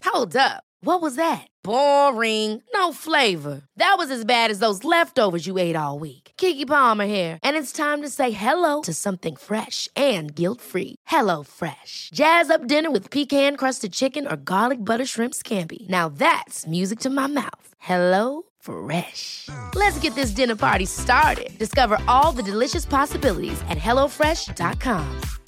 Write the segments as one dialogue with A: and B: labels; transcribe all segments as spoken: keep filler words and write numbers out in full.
A: Hold up. What was that? Boring. No flavor. That was as bad as those leftovers you ate all week. Keke Palmer here, and it's time to say hello to something fresh and guilt-free. Hello Fresh. Jazz up dinner with pecan-crusted chicken or garlic butter shrimp scampi. Now that's music to my mouth. Hello Fresh. Let's get this dinner party started. Discover all the delicious possibilities at hello fresh dot com.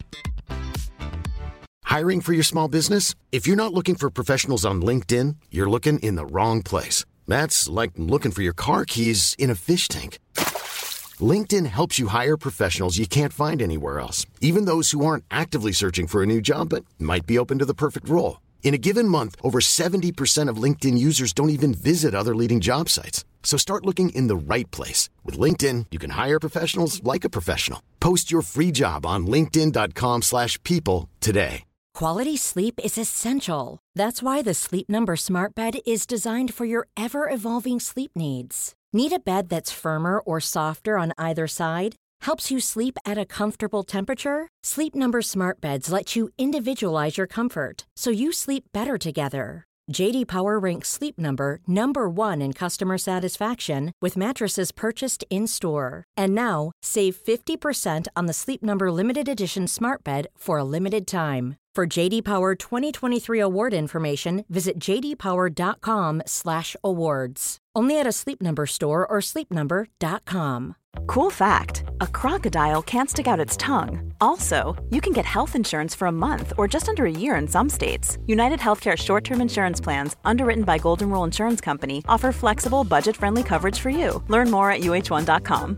B: Hiring for your small business? If you're not looking for professionals on LinkedIn, you're looking in the wrong place. That's like looking for your car keys in a fish tank. LinkedIn helps you hire professionals you can't find anywhere else, even those who aren't actively searching for a new job but might be open to the perfect role. In a given month, over seventy percent of LinkedIn users don't even visit other leading job sites. So start looking in the right place. With LinkedIn, you can hire professionals like a professional. Post your free job on linkedin dot com slash people today.
C: Quality sleep is essential. That's why the Sleep Number Smart Bed is designed for your ever-evolving sleep needs. Need a bed that's firmer or softer on either side? Helps you sleep at a comfortable temperature? Sleep Number Smart Beds let you individualize your comfort, so you sleep better together. J D Power ranks Sleep Number number one in customer satisfaction with mattresses purchased in-store. And now, save fifty percent on the Sleep Number Limited Edition Smart Bed for a limited time. For J D Power twenty twenty-three award information, visit j d power dot com slash awards. Only at a Sleep Number store or sleep number dot com.
D: Cool fact, a crocodile can't stick out its tongue. Also, you can get health insurance for a month or just under a year in some states. United Healthcare short-term insurance plans, underwritten by Golden Rule Insurance Company, offer flexible, budget-friendly coverage for you. Learn more at u h one dot com.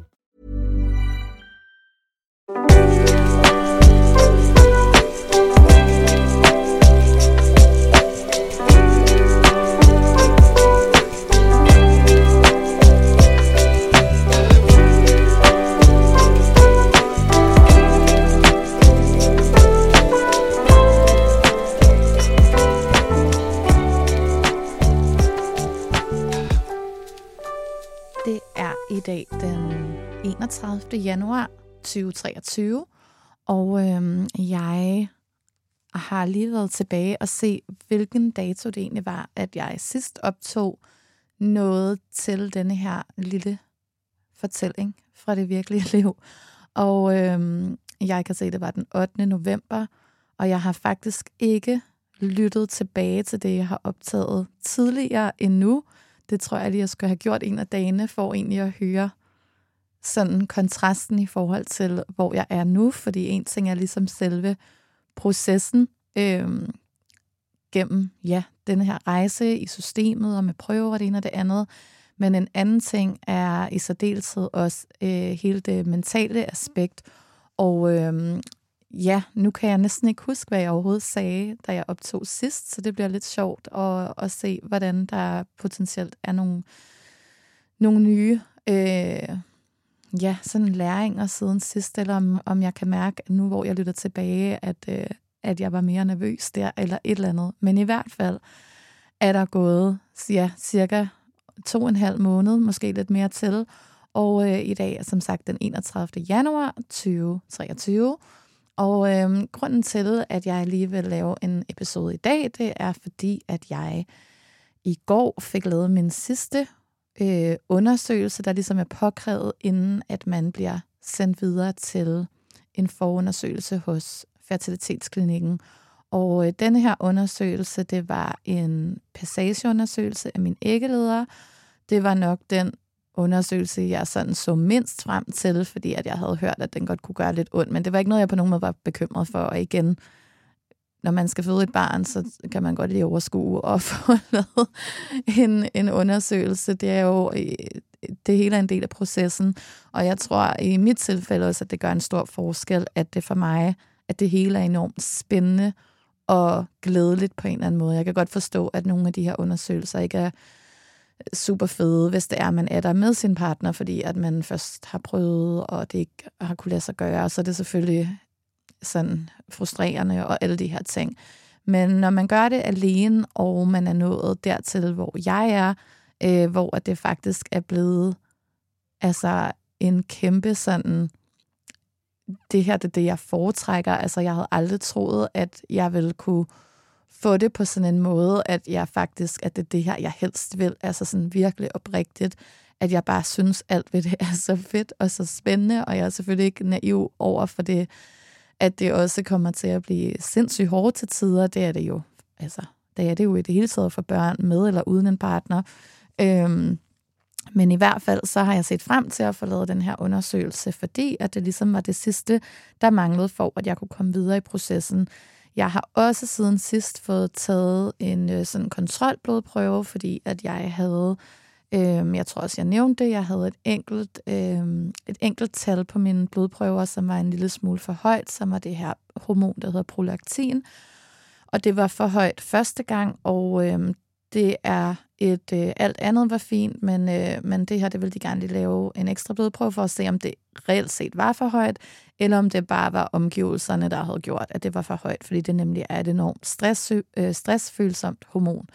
E: Det er i dag den enogtredivte januar tyve treogtyve, og øhm, jeg har lige været tilbage og se, hvilken dato det egentlig var, at jeg sidst optog noget til denne her lille fortælling fra det virkelige liv. Og øhm, jeg kan se, at det var den ottende november, og jeg har faktisk ikke lyttet tilbage til det, jeg har optaget tidligere endnu. Det tror jeg lige, jeg skulle have gjort en af dagene, for egentlig at høre sådan kontrasten i forhold til, hvor jeg er nu. Fordi en ting er ligesom selve processen øhm, gennem ja, denne her rejse i systemet og med prøver og det ene og det andet. Men en anden ting er i særdeleshed også øh, hele det mentale aspekt. Og øhm, ja, nu kan jeg næsten ikke huske, hvad jeg overhovedet sagde, da jeg optog sidst, så det bliver lidt sjovt at, at se, hvordan der potentielt er nogle, nogle nye øh, ja, sådan læringer siden sidst, eller om, om jeg kan mærke, nu hvor jeg lytter tilbage, at, øh, at jeg var mere nervøs der, eller et eller andet. Men i hvert fald er der gået ja, cirka to og en halv måned, måske lidt mere til, og øh, i dag er som sagt den enogtredivte januar tyve treogtyve. Og øhm, grunden til, at jeg lige vil lave en episode i dag, det er fordi, at jeg i går fik lavet min sidste øh, undersøgelse, der ligesom er påkrævet, inden at man bliver sendt videre til en forundersøgelse hos fertilitetsklinikken. Og øh, denne her undersøgelse, det var en passageundersøgelse af min æggeleder. Det var nok den undersøgelse, jeg sådan så mindst frem til, fordi at jeg havde hørt, at den godt kunne gøre lidt ondt, men det var ikke noget, jeg på nogen måde var bekymret for. Og igen, når man skal føde et barn, så kan man godt lige overskue og få lavet en, en undersøgelse. Det er jo, det hele er en del af processen, og jeg tror i mit tilfælde også, at det gør en stor forskel, at det for mig, at det hele er enormt spændende og glædeligt på en eller anden måde. Jeg kan godt forstå, at nogle af de her undersøgelser ikke er super fede, hvis det er, at man er der med sin partner, fordi at man først har prøvet, og det ikke har kunne lade sig gøre, så er det selvfølgelig sådan frustrerende og alle de her ting. Men når man gør det alene, og man er nået dertil, hvor jeg er, øh, hvor det faktisk er blevet altså en kæmpe sådan, det her det er det, jeg foretrækker. Altså jeg havde aldrig troet, at jeg ville kunne få det på sådan en måde, at jeg faktisk, at det er det her, jeg helst vil, altså sådan virkelig oprigtigt, at jeg bare synes, alt ved det er så fedt og så spændende, og jeg er selvfølgelig ikke naiv over for det, at det også kommer til at blive sindssygt hårdt til tider. Det er det jo, altså, det er det jo i det hele taget for børn med eller uden en partner. Øhm, men i hvert fald, så har jeg set frem til at få lavet den her undersøgelse, fordi at det ligesom var det sidste, der manglede for, at jeg kunne komme videre i processen. Jeg har også siden sidst fået taget en øh, sådan kontrolblodprøve, fordi at jeg havde, øh, jeg tror også, jeg nævnte det, jeg havde et enkelt, øh, et enkelt tal på mine blodprøver, som var en lille smule for højt, som var det her hormon, der hedder prolaktin. Og det var for højt første gang, og øh, det er et, øh, alt andet var fint, men, øh, men det her, det ville de gerne lige lave en ekstra blodprøve for at se, om det reelt set var for højt, eller om det bare var omgivelserne, der havde gjort, at det var for højt, fordi det nemlig er et enormt stress, øh, stressfølsomt hormon.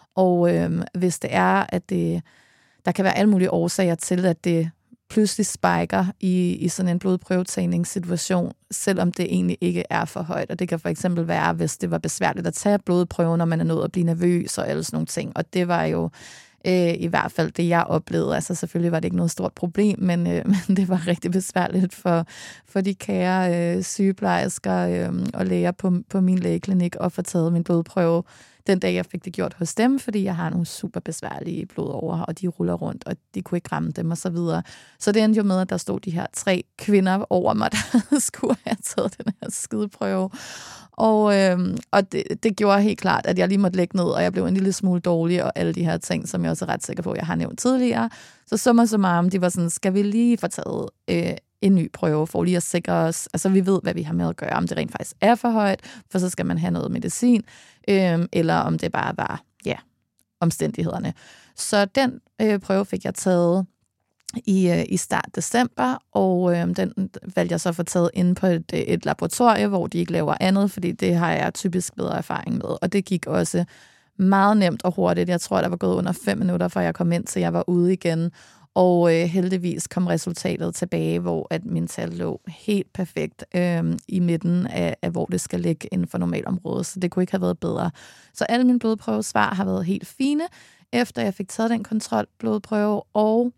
E: Og øh, hvis det er, at det, der kan være alle mulige årsager til, at det pludselig spiker i, i sådan en blodprøvetagningssituation, selvom det egentlig ikke er for højt. Og det kan for eksempel være, hvis det var besværligt at tage blodprøven, når man er nået at blive nervøs og alle sådan nogle ting. Og det var jo øh, i hvert fald det, jeg oplevede. Altså selvfølgelig var det ikke noget stort problem, men, øh, men det var rigtig besværligt for, for de kære øh, sygeplejersker øh, og læger på, på min lægeklinik at få taget min blodprøve den dag, jeg fik det gjort hos dem, fordi jeg har nogle super besværlige blodover, og de ruller rundt, og de kunne ikke ramme dem, og så videre. Så det endte jo med, at der stod de her tre kvinder over mig, der skulle have taget den her skideprøve. Og, øhm, og det, det gjorde helt klart, at jeg lige måtte lægge ned, og jeg blev en lille smule dårlig, og alle de her ting, som jeg også er ret sikker på, at jeg har nævnt tidligere. Så summa summarum, de var sådan, skal vi lige få taget øh, en ny prøve, for lige at sikre os, altså vi ved, hvad vi har med at gøre, om det rent faktisk er for højt, for så skal man have noget medicin, øh, eller om det bare var, ja, omstændighederne. Så den øh, prøve fik jeg taget i, øh, i start december, og øh, den valgte jeg så at få taget inde på et, et laboratorie, hvor de ikke laver andet, fordi det har jeg typisk bedre erfaring med, og det gik også meget nemt og hurtigt. Jeg tror, der var gået under fem minutter, før jeg kom ind, så jeg var ude igen. Og øh, heldigvis kom resultatet tilbage, hvor at min tal lå helt perfekt øh, i midten af, af, hvor det skal ligge inden for normalområdet. Så det kunne ikke have været bedre. Så alle mine blodprøvesvar har været helt fine, efter jeg fik taget den kontrolblodprøve. Og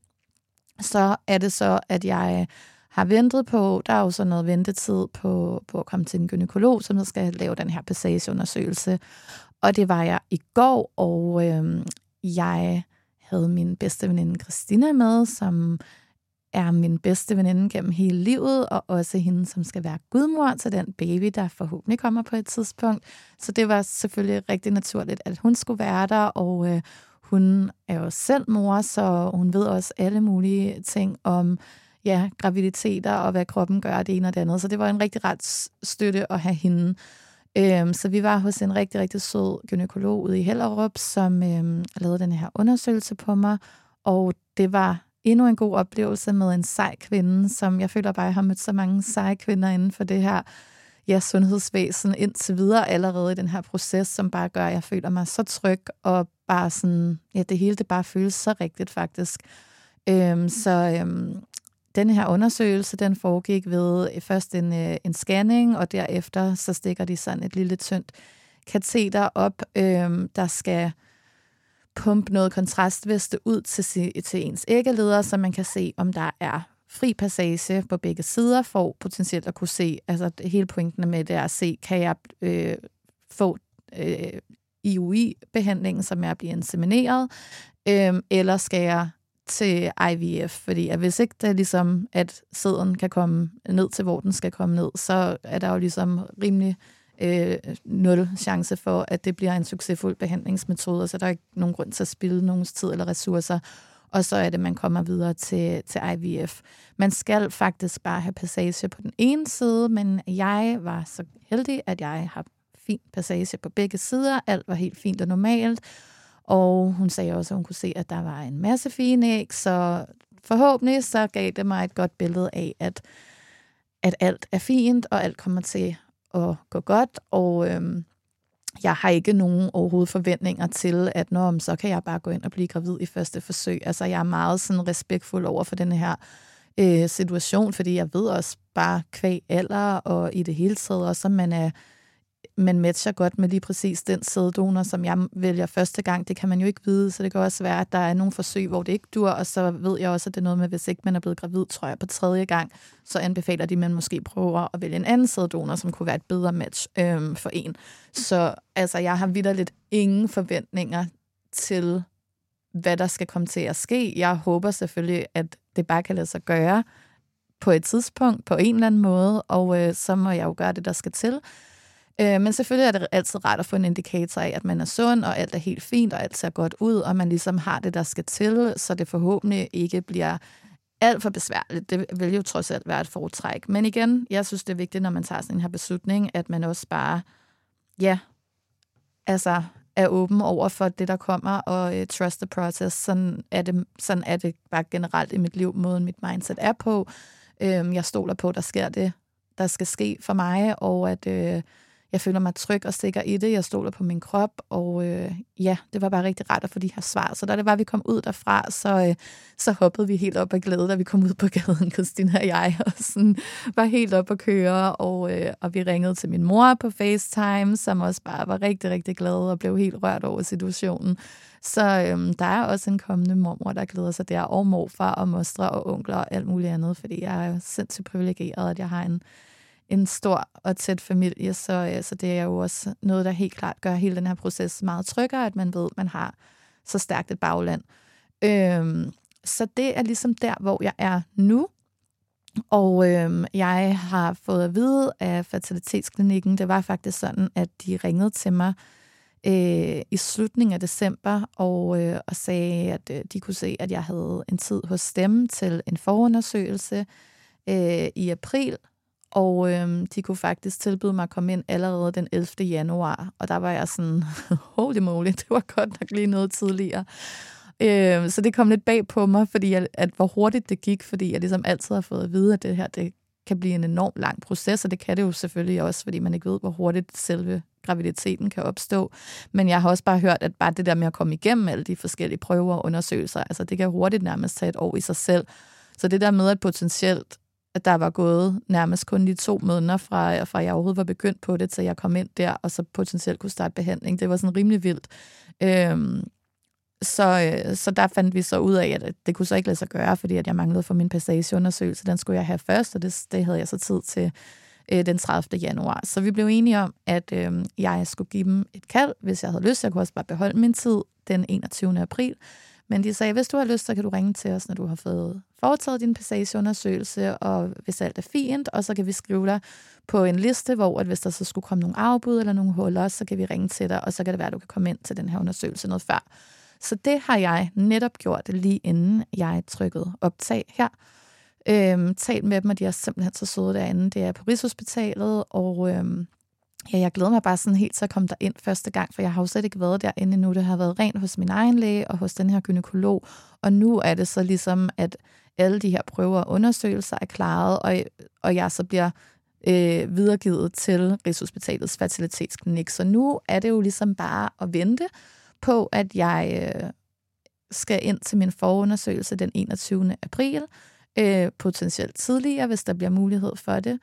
E: så er det så, at jeg har ventet på, der er jo så noget ventetid på, på at komme til en gynekolog, som skal lave den her passageundersøgelse. Og det var jeg i går, og øh, jeg havde min bedste veninde Christina med, som er min bedste veninde gennem hele livet, og også hende, som skal være gudmor til den baby, der forhåbentlig kommer på et tidspunkt. Så det var selvfølgelig rigtig naturligt, at hun skulle være der, og øh, hun er jo selv mor, så hun ved også alle mulige ting om ja, graviditeter og hvad kroppen gør det ene og det andet. Så det var en rigtig ret støtte at have hende. Øhm, så vi var hos en rigtig, rigtig sød gynekolog ude i Hellerup, som øhm, lavede den her undersøgelse på mig, og det var endnu en god oplevelse med en sej kvinde, som jeg føler bare, jeg har mødt så mange seje kvinder inden for det her ja, sundhedsvæsen indtil videre allerede i den her proces, som bare gør, at jeg føler mig så tryg, og bare sådan, ja, det hele det bare føles så rigtigt faktisk. Øhm, så øhm, denne her undersøgelse, den foregik ved først en, en scanning, og derefter så stikker de sådan et lille tyndt kateter op, øhm, der skal pumpe noget kontrastvæske ud til, til ens æggeleder, så man kan se, om der er fri passage på begge sider, for potentielt at kunne se, altså hele pointen med det er at se, kan jeg øh, få øh, I U I-behandlingen, som er at blive insemineret, øh, eller skal jeg til I V F, fordi at hvis ikke det er ligesom, at sæden kan komme ned til, hvor den skal komme ned, så er der jo ligesom rimelig øh, nul chance for, at det bliver en succesfuld behandlingsmetode, så der er ikke nogen grund til at spilde nogens tid eller ressourcer, og så er det, man kommer videre til, til I V F. Man skal faktisk bare have passage på den ene side, men jeg var så heldig, at jeg har fin passage på begge sider, alt var helt fint og normalt, og hun sagde også, at hun kunne se, at der var en masse fine æg, så forhåbentlig så gav det mig et godt billede af, at, at alt er fint, og alt kommer til at gå godt, og øhm, jeg har ikke nogen overhovedet forventninger til, at når, så kan jeg bare gå ind og blive gravid i første forsøg. Altså jeg er meget sådan respektfuld over for denne her øh, situation, fordi jeg ved også bare kvæg alder, og i det hele taget også, at man er men matcher godt med lige præcis den sæddonor, som jeg vælger første gang. Det kan man jo ikke vide, så det kan også være, at der er nogle forsøg, hvor det ikke dur, og så ved jeg også, at det er noget med, hvis ikke man er blevet gravid, tror jeg, på tredje gang, så anbefaler de, at man måske prøver at vælge en anden sæddonor, som kunne være et bedre match øhm, for en. Så altså, jeg har vitterligt ingen forventninger til, hvad der skal komme til at ske. Jeg håber selvfølgelig, at det bare kan lade sig gøre på et tidspunkt, på en eller anden måde, og øh, så må jeg jo gøre det, der skal til. Øh, men selvfølgelig er det altid rart at få en indikator af, at man er sund, og alt er helt fint, og alt ser godt ud, og man ligesom har det, der skal til, så det forhåbentlig ikke bliver alt for besværligt. Det vil jo trods alt være et foretræk. Men igen, jeg synes, det er vigtigt, når man tager sådan en her beslutning, at man også bare, ja, altså er åben over for det, der kommer, og uh, trust the process. Sådan er, det, sådan er det bare generelt i mit liv, måden mit mindset er på. Øhm, jeg stoler på, at der sker det, der skal ske for mig, og at øh, jeg føler mig tryg og sikker i det. Jeg stoler på min krop, og øh, ja, det var bare rigtig rart at få de her svar. Så da det var, vi kom ud derfra, så, øh, så hoppede vi helt op af glæde, da vi kom ud på gaden, Christina og jeg, og sådan var helt op at køre, og, øh, og vi ringede til min mor på FaceTime, som også bare var rigtig, rigtig glad og blev helt rørt over situationen. Så øhm, der er også en kommende mormor, der glæder sig der, og morfar og mostre og onkler og alt muligt andet, fordi jeg er sindssygt privilegeret, at jeg har en, en stor og tæt familie, så, øh, så det er jo også noget, der helt klart gør hele den her proces meget tryggere, at man ved, at man har så stærkt et bagland. Øhm, så det er ligesom der, hvor jeg er nu, og øhm, jeg har fået at vide af fertilitetsklinikken, det var faktisk sådan, at de ringede til mig Øh, i slutningen af december, og, øh, og sagde, at øh, de kunne se, at jeg havde en tid hos dem til en forundersøgelse øh, i april, og øh, de kunne faktisk tilbyde mig at komme ind allerede den ellevte januar, og der var jeg sådan, holy moly, det var godt nok lige noget tidligere. Øh, så det kom lidt bag på mig, fordi jeg, at hvor hurtigt det gik, fordi jeg ligesom altid har fået at vide, at det her, det kan blive en enormt lang proces, og det kan det jo selvfølgelig også, fordi man ikke ved, hvor hurtigt selve graviditeten kan opstå. Men jeg har også bare hørt, at bare det der med at komme igennem alle de forskellige prøver og undersøgelser, altså det kan hurtigt nærmest tage et år i sig selv. Så det der med, at potentielt, at der var gået nærmest kun de to måneder fra, fra jeg overhovedet var begyndt på det, til jeg kom ind der, og så potentielt kunne starte behandling, det var sådan rimelig vildt. Øhm, Så, så der fandt vi så ud af, at det kunne så ikke lade sig gøre, fordi at jeg manglede for min passageundersøgelse. Den skulle jeg have først, og det, det havde jeg så tid til øh, den tredivte januar. Så vi blev enige om, at øh, jeg skulle give dem et kald, hvis jeg havde lyst. Jeg kunne også bare beholde min tid den enogtyvende april. Men de sagde, hvis du har lyst, så kan du ringe til os, når du har fået foretaget din passageundersøgelse, og hvis alt er fint, og så kan vi skrive dig på en liste, hvor at hvis der så skulle komme nogle afbud eller nogle huller, så kan vi ringe til dig, og så kan det være, at du kan komme ind til den her undersøgelse noget før. Så det har jeg netop gjort lige inden jeg trykkede optag her. Øhm, talt med dem, og de er simpelthen så søde derinde. Det er på Rigshospitalet, og øhm, ja, jeg glæder mig bare sådan helt til at komme derind første gang, for jeg har jo slet ikke været derinde endnu. Det har været rent hos min egen læge og hos den her gynekolog, og nu er det så ligesom, at alle de her prøver og undersøgelser er klaret, og, og jeg så bliver øh, videregivet til Rigshospitalets fertilitetsklinik. Så nu er det jo ligesom bare at vente på, at jeg øh, skal ind til min forundersøgelse den enogtyvende april, øh, potentielt tidligere, hvis der bliver mulighed for det.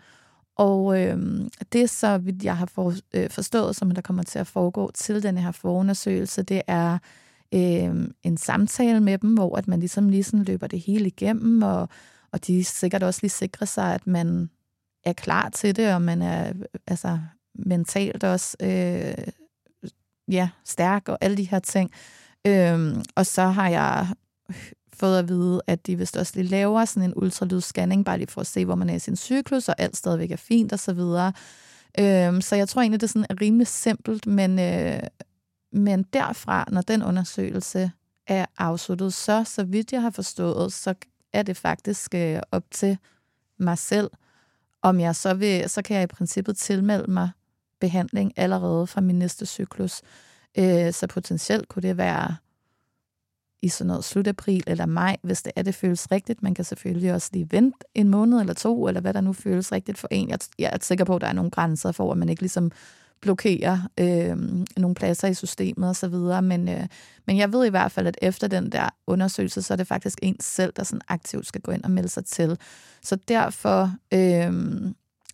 E: Og øh, det, så vidt jeg har for, øh, forstået, som der kommer til at foregå til den her forundersøgelse, det er øh, en samtale med dem, hvor at man ligesom lige sådan løber det hele igennem, og, og de sikkert også lige sikrer sig, at man er klar til det, og man er altså mentalt også øh, ja, stærk og alle de her ting. Øhm, og så har jeg fået at vide, at de vist også lige laver sådan en ultralydsscanning, bare lige for at se, hvor man er i sin cyklus, og alt stadigvæk er fint og så videre. Øhm, så jeg tror egentlig, det er sådan er rimelig simpelt, men, øh, men derfra, når den undersøgelse er afsluttet, så, så vidt jeg har forstået, så er det faktisk øh, op til mig selv, om jeg så vil, så kan jeg i princippet tilmelde mig behandling allerede fra min næste cyklus. Øh, så potentielt kunne det være i sådan noget slut april eller maj, hvis det er, det føles rigtigt. Man kan selvfølgelig også lige vente en måned eller to, eller hvad der nu føles rigtigt for en. Jeg, jeg er sikker på, at der er nogle grænser for, at man ikke ligesom blokerer øh, nogle pladser i systemet og så videre. Men, øh, men jeg ved i hvert fald, at efter den der undersøgelse, så er det faktisk en selv, der sådan aktivt skal gå ind og melde sig til. Så derfor, øh,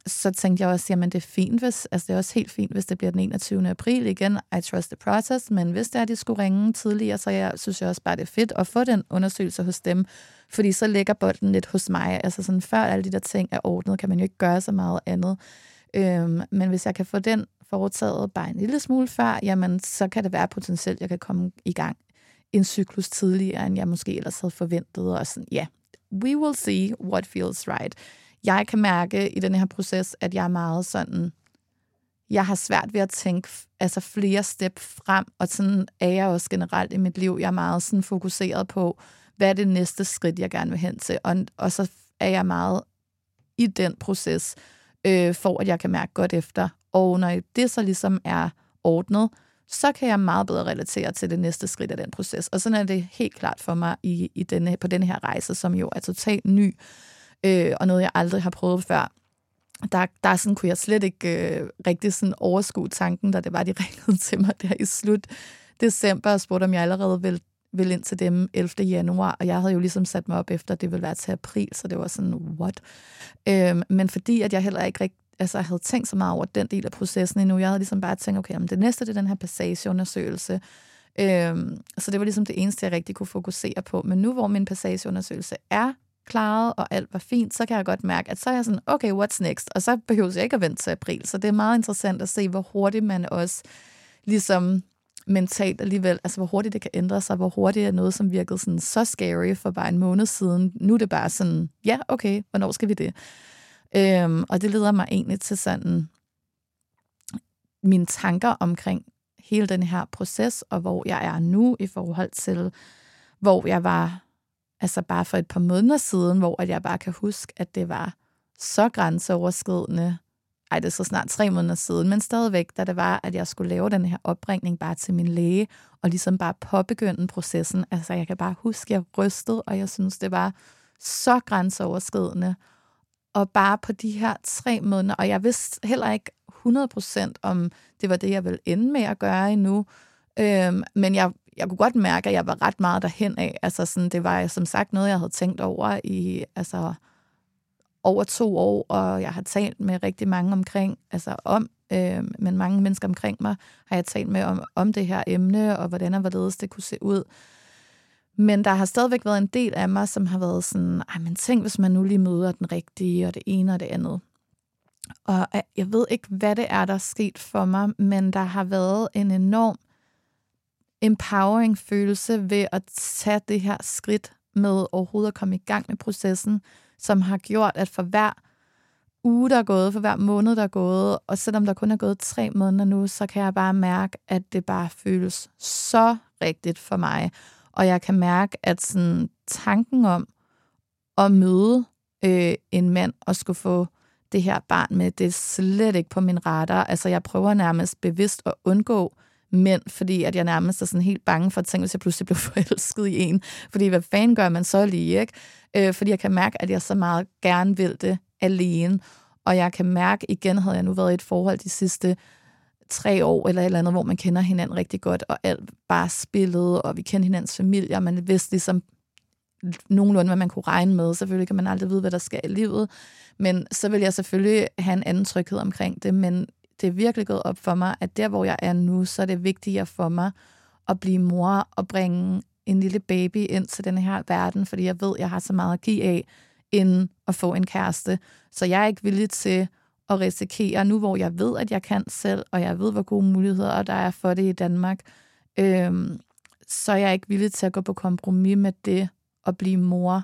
E: så tænkte jeg også, jamen det er fint, hvis, altså det er også helt fint, hvis det bliver den enogtyvende april igen. I trust the process, men hvis det er, de skulle ringe tidligere, så jeg, synes jeg også bare, det er fedt at få den undersøgelse hos dem, fordi så ligger bolden lidt hos mig. Altså sådan, før alle de der ting er ordnet, kan man jo ikke gøre så meget andet. Øhm, men hvis jeg kan få den foretaget bare en lille smule før, jamen så kan det være potentielt, jeg kan komme i gang en cyklus tidligere, end jeg måske ellers havde forventet. Og sådan, ja, yeah, we will see what feels right. Jeg kan mærke i den her proces, at jeg er meget sådan, jeg har svært ved at tænke altså flere step frem, og sådan er jeg også generelt i mit liv. Jeg er meget sådan fokuseret på, hvad er det næste skridt, jeg gerne vil hen til, og, og så er jeg meget i den proces, øh, for at jeg kan mærke godt efter. Og når det så ligesom er ordnet, så kan jeg meget bedre relatere til det næste skridt af den proces. Og sådan er det helt klart for mig i, i denne, på denne her rejse, som jo er totalt ny, øh, og noget, jeg aldrig har prøvet før. Der, der sådan, kunne jeg slet ikke øh, rigtig sådan overskue tanken, da det var, de ringede til mig der i slut december, og spurgte, om jeg allerede ville, ville ind til dem ellevte januar, og jeg havde jo ligesom sat mig op efter, at det ville være til april, så det var sådan, what? Øh, men fordi, at jeg heller ikke rigtig altså, jeg havde tænkt så meget over den del af processen endnu. Jeg havde ligesom bare tænkt, okay, jamen, det næste det er den her passageundersøgelse. Øhm, så det var ligesom det eneste, jeg rigtig kunne fokusere på. Men nu, hvor min passageundersøgelse er klaret, og alt var fint, så kan jeg godt mærke, at så er jeg sådan, okay, what's next? Og så behøver jeg ikke at vente til april. Så det er meget interessant at se, hvor hurtigt man også ligesom mentalt alligevel, altså hvor hurtigt det kan ændre sig, hvor hurtigt er noget, som virkede sådan så scary for bare en måned siden. Nu er det bare sådan, ja, okay, hvornår skal vi det? Øhm, og det leder mig egentlig til sådan mine tanker omkring hele den her proces, og hvor jeg er nu i forhold til, hvor jeg var altså bare for et par måneder siden, hvor at jeg bare kan huske, at det var så grænseoverskridende. Ej, det er så snart tre måneder siden, men stadigvæk, da det var, at jeg skulle lave den her opringning bare til min læge, og ligesom bare påbegynde processen. Altså, jeg kan bare huske, at jeg rystede, og jeg synes, det var så grænseoverskridende. Og bare på de her tre måneder, og jeg vidste heller ikke hundrede procent, om det var det, jeg ville ende med at gøre endnu. Øhm, men jeg, jeg kunne godt mærke, at jeg var ret meget derhen af. Altså sådan, det var som sagt noget, jeg havde tænkt over i altså, over to år, og jeg har talt med rigtig mange omkring, altså om, øhm, men mange mennesker omkring mig, har jeg talt med om, om det her emne, og hvordan og hvorledes det kunne se ud. Men der har stadigvæk været en del af mig, som har været sådan, ej, men tænk, hvis man nu lige møder den rigtige, og det ene og det andet. Og jeg ved ikke, hvad det er, der er sket for mig, men der har været en enorm empowering følelse ved at tage det her skridt med overhovedet at komme i gang med processen, som har gjort, at for hver uge, der er gået, for hver måned, der er gået, og selvom der kun er gået tre måneder nu, så kan jeg bare mærke, at det bare føles så rigtigt for mig. Og jeg kan mærke, at sådan, tanken om at møde øh, en mand og skulle få det her barn med, det er slet ikke på min radar. Altså, jeg prøver nærmest bevidst at undgå mænd, fordi at jeg nærmest er sådan helt bange for at tænke, hvis jeg pludselig bliver forelsket i en. Fordi hvad fanden gør man så lige, ikke? Øh, fordi jeg kan mærke, at jeg så meget gerne vil det alene. Og jeg kan mærke, igen havde jeg nu været i et forhold de sidste tre år eller et eller andet, hvor man kender hinanden rigtig godt, og alt bare spillet, og vi kender hinandens familie, og man vidste ligesom nogenlunde, hvad man kunne regne med. Selvfølgelig kan man aldrig vide, hvad der sker i livet, men så vil jeg selvfølgelig have en anden tryghed omkring det, men det er virkelig gået op for mig, at der, hvor jeg er nu, så er det vigtigere for mig at blive mor og bringe en lille baby ind til den her verden, fordi jeg ved, jeg har så meget at give af, end at få en kæreste. Så jeg er ikke villig til at risikere, nu hvor jeg ved, at jeg kan selv, og jeg ved, hvor gode muligheder der er for det i Danmark, øhm, så er jeg ikke villig til at gå på kompromis med det, at blive mor,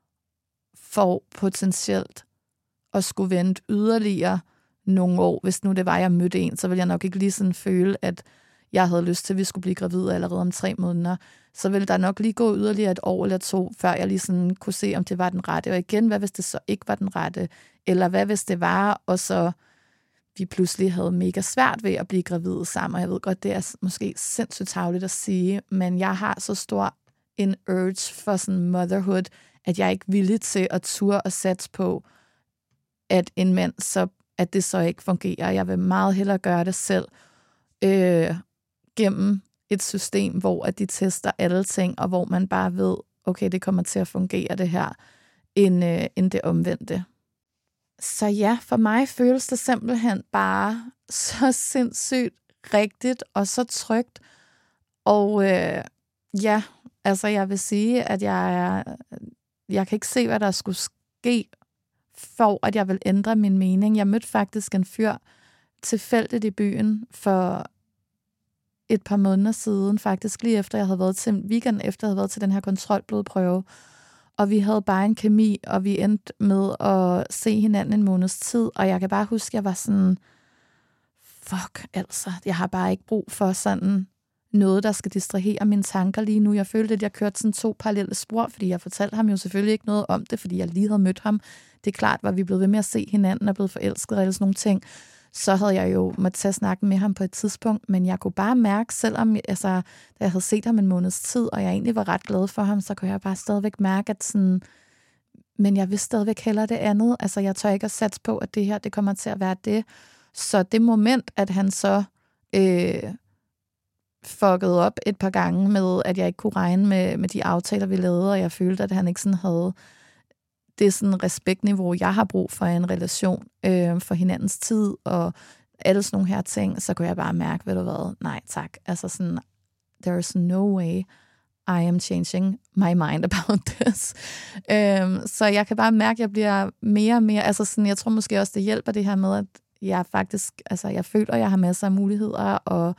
E: for potentielt at skulle vente yderligere nogle år. Hvis nu det var, jeg mødte en, så ville jeg nok ikke lige sådan føle, at jeg havde lyst til, at vi skulle blive gravide allerede om tre måneder. Så ville der nok lige gå yderligere et år eller to, før jeg lige sådan kunne se, om det var den rette. Og igen, hvad hvis det så ikke var den rette? Eller hvad hvis det var, og så vi pludselig havde mega svært ved at blive gravide sammen. Og jeg ved godt, det er måske sindssygt tarveligt at sige, men jeg har så stor en urge for sådan motherhood, at jeg er ikke villig til at ture og satse på, at en mand, så, at det så ikke fungerer. Jeg vil meget hellere gøre det selv øh, gennem et system, hvor at de tester alle ting, og hvor man bare ved, okay, det kommer til at fungere det her, end, øh, end det omvendte. så ja, for mig føles det simpelthen bare så sindssygt rigtigt og så trygt. Og øh, ja, altså jeg vil sige, at jeg er, jeg kan ikke se, hvad der skulle ske, for at jeg vil ændre min mening. Jeg mødte faktisk en fyr tilfældigt i byen for et par måneder siden, faktisk lige efter jeg havde været til, weekend efter jeg havde været til den her kontrolblodprøve. Og vi havde bare en kemi, og vi endte med at se hinanden en måneds tid, og jeg kan bare huske, at jeg var sådan, fuck altså, jeg har bare ikke brug for sådan noget, der skal distrahere mine tanker lige nu. Jeg følte, at jeg kørte sådan to parallelle spor, fordi jeg fortalte ham jo selvfølgelig ikke noget om det, fordi jeg lige havde mødt ham. Det er klart, var vi blevet ved med at se hinanden og blevet forelsket og sådan nogle ting, så havde jeg jo måttet tage snakken med ham på et tidspunkt, men jeg kunne bare mærke, selvom altså, da jeg havde set ham en måneds tid, og jeg egentlig var ret glad for ham, så kunne jeg bare stadigvæk mærke, at sådan, men jeg vil stadigvæk hellere det andet. Altså, jeg tør ikke at satse på, at det her, det kommer til at være det. Så det moment, at han så øh, fuckede op et par gange med, at jeg ikke kunne regne med, med de aftaler, vi lavede, og jeg følte, at han ikke sådan havde det sådan respektniveau, jeg har brug for i en relation, øh, for hinandens tid, og alle sådan nogle her ting, så kunne jeg bare mærke, ved du hvad, nej tak. Altså sådan, there is no way I am changing my mind about this. Øh, så jeg kan bare mærke, at jeg bliver mere og mere, altså sådan, jeg tror måske også, det hjælper det her med, at jeg faktisk, altså jeg føler, at jeg har masser af muligheder, og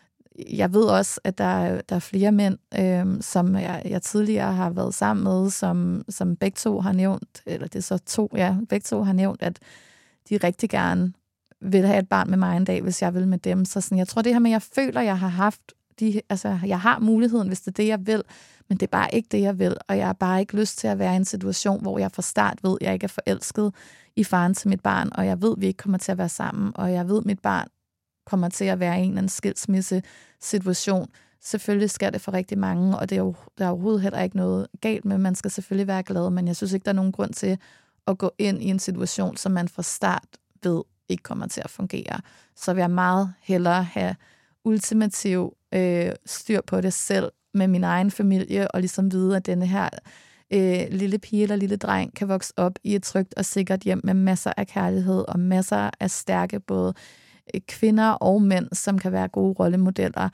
E: jeg ved også, at der, der er flere mænd, øh, som jeg, jeg tidligere har været sammen med, som, som begge to har nævnt, eller det er så to, ja, begge to har nævnt, at de rigtig gerne vil have et barn med mig en dag, hvis jeg vil med dem. Så sådan, jeg tror det her med, at jeg føler, at jeg har haft, de, altså jeg har muligheden, hvis det er det, jeg vil, men det er bare ikke det, jeg vil, og jeg har bare ikke lyst til at være i en situation, hvor jeg fra start ved, at jeg ikke er forelsket i faren til mit barn, og jeg ved, at vi ikke kommer til at være sammen, og jeg ved, at mit barn kommer til at være i en eller anden skilsmisse-situation. Selvfølgelig skal det for rigtig mange, og det er jo, der er overhovedet heller ikke noget galt med. Man skal selvfølgelig være glad, men jeg synes ikke, der er nogen grund til at gå ind i en situation, som man fra start ved ikke kommer til at fungere. Så vil jeg meget hellere have ultimativ øh, styr på det selv med min egen familie, og ligesom vide, at denne her øh, lille pige eller lille dreng kan vokse op i et trygt og sikkert hjem med masser af kærlighed og masser af stærke både kvinder og mænd, som kan være gode rollemodeller.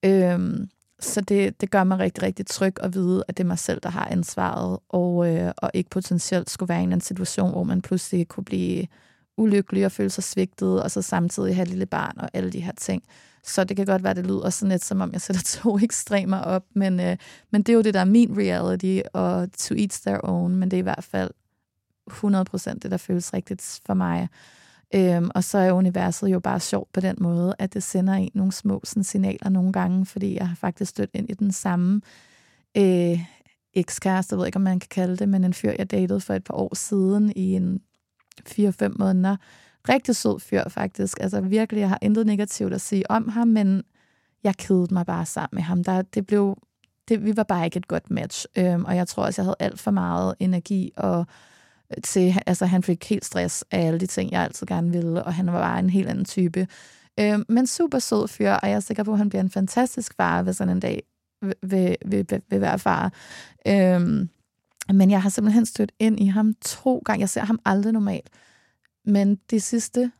E: Øhm, så det, det gør mig rigtig, rigtig tryg at vide, at det er mig selv, der har ansvaret, og, øh, og ikke potentielt skulle være i en situation, hvor man pludselig kunne blive ulykkelig og føle sig svigtet, og så samtidig have et lille barn og alle de her ting. Så det kan godt være, det lyder sådan lidt, som om jeg sætter to ekstremer op, men, øh, men det er jo det, der er min reality, og to each their own, men det er i hvert fald hundrede procent det, der føles rigtigt for mig. Øhm, og så er universet jo bare sjovt på den måde, at det sender en nogle små sådan, signaler nogle gange, fordi jeg har faktisk stødt ind i den samme øh, ekskæreste, jeg ved ikke, om man kan kalde det, men en fyr, jeg datede for et par år siden i en fire fem måneder. Rigtig sød fyr faktisk. Altså virkelig, jeg har intet negativt at sige om ham, men jeg kedede mig bare sammen med ham. Der, det blev, det, vi var bare ikke et godt match, øhm, og jeg tror også, jeg havde alt for meget energi og til, altså han fik helt stress af alle de ting, jeg altid gerne ville, og han var bare en helt anden type. Øhm, men super sød fyr, og jeg er sikker på, at han bliver en fantastisk far, hvis han en dag vil, vil, vil, vil være far. Øhm, men jeg har simpelthen stødt ind i ham to gange. Jeg ser ham aldrig normalt. Men de sidste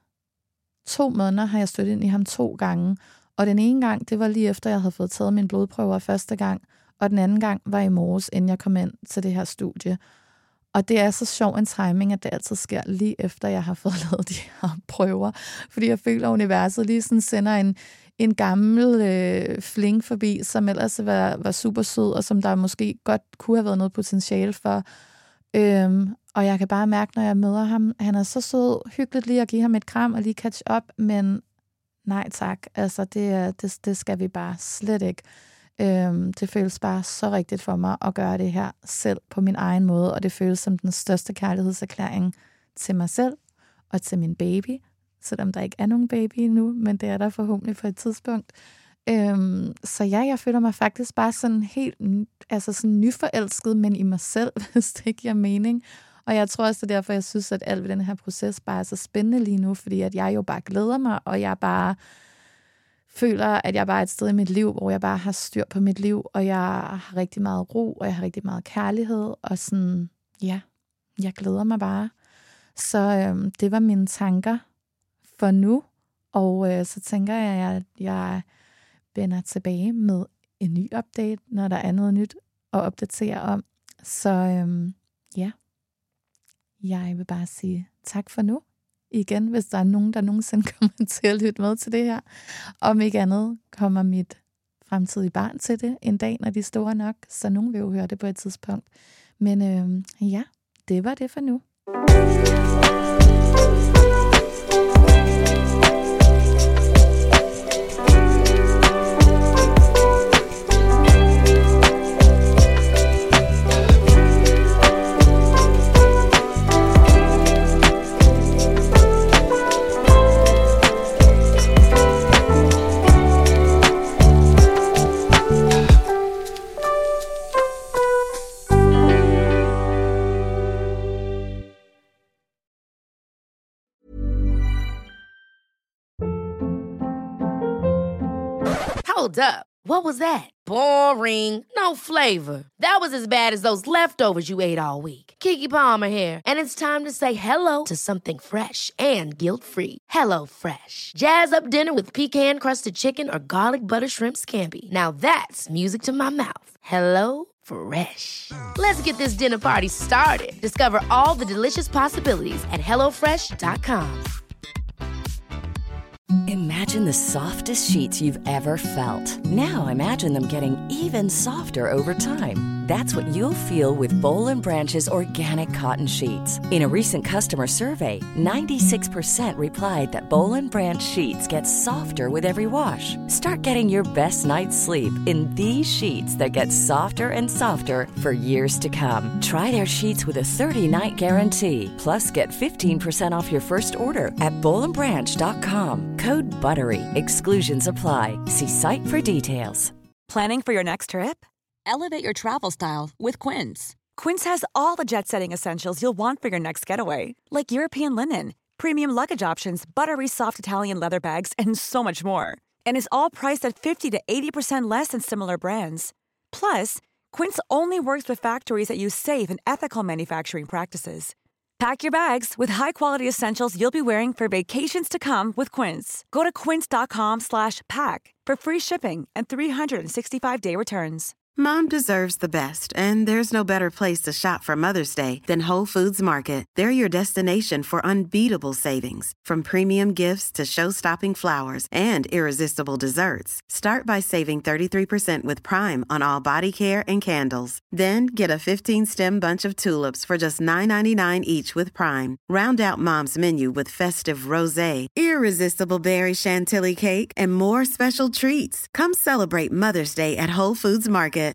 E: to måneder har jeg stødt ind i ham to gange. Og den ene gang, det var lige efter, jeg havde fået taget mine blodprøver første gang, og den anden gang var i morges, inden jeg kom ind til det her studie. Og det er så sjov en timing, at det altid sker lige efter, jeg har fået lavet de her prøver. Fordi jeg føler, at universet lige sådan sender en, en gammel øh, fling forbi, som ellers var, var super sød, og som der måske godt kunne have været noget potentiale for. Øhm, og jeg kan bare mærke, når jeg møder ham, han er så sød, hyggeligt lige at give ham et kram og lige catch up, men nej tak, altså det, det, det skal vi bare slet ikke. Øhm, det føles bare så rigtigt for mig at gøre det her selv på min egen måde, og det føles som den største kærlighedserklæring til mig selv og til min baby, selvom der ikke er nogen baby endnu, men det er der forhåbentlig på et tidspunkt. Øhm, så ja, jeg føler mig faktisk bare sådan helt altså sådan nyforelsket, men i mig selv, hvis det ikke giver mening. Og jeg tror også, det er derfor, jeg synes, at alt ved den her proces bare er så spændende lige nu, fordi at jeg jo bare glæder mig, og jeg bare føler, at jeg bare er et sted i mit liv, hvor jeg bare har styr på mit liv, og jeg har rigtig meget ro, og jeg har rigtig meget kærlighed, og sådan, ja, jeg glæder mig bare. Så øhm, det var mine tanker for nu. Og øh, så tænker jeg, at jeg vender tilbage med en ny update, når der er noget nyt at opdatere om. Så øhm, ja, jeg vil bare sige tak for nu. Igen, hvis der er nogen, der nogensinde kommer til at lytte med til det her. Om ikke andet kommer mit fremtidige barn til det en dag, når de er store nok. Så nogen vil jo høre det på et tidspunkt. Men øhm, ja, det var det for nu.
A: Hold up. What was that? Boring. No flavor. That was as bad as those leftovers you ate all week. Keke Palmer here, and it's time to say hello to something fresh and guilt-free. Hello Fresh. Jazz up dinner with pecan-crusted chicken or garlic butter shrimp scampi. Now that's music to my mouth. Hello Fresh. Let's get this dinner party started. Discover all the delicious possibilities at hello fresh dot com.
F: Imagine the softest sheets you've ever felt. Now imagine them getting even softer over time. That's what you'll feel with Boll and Branch's organic cotton sheets. In a recent customer survey, ninety-six percent replied that Boll and Branch sheets get softer with every wash. Start getting your best night's sleep in these sheets that get softer and softer for years to come. Try their sheets with a thirty-night guarantee. Plus, get fifteen percent off your first order at boll and branch dot com. Code BUTTERY. Exclusions apply. See site for details.
G: Planning for your next trip? Elevate your travel style with Quince. Quince has all the jet-setting essentials you'll want for your next getaway, like European linen, premium luggage options, buttery soft Italian leather bags, and so much more. And is all priced at fifty to eighty percent less than similar brands. Plus, Quince only works with factories that use safe and ethical manufacturing practices. Pack your bags with high-quality essentials you'll be wearing for vacations to come with Quince. Go to quince.com slash pack for free shipping and three sixty-five day returns.
H: Mom deserves the best, and there's no better place to shop for Mother's Day than Whole Foods Market. They're your destination for unbeatable savings, from premium gifts to show-stopping flowers and irresistible desserts. Start by saving thirty-three percent with Prime on all body care and candles. Then get a fifteen-stem bunch of tulips for just nine ninety-nine each with Prime. Round out Mom's menu with festive rosé, irresistible berry chantilly cake, and more special treats. Come celebrate Mother's Day at Whole Foods Market.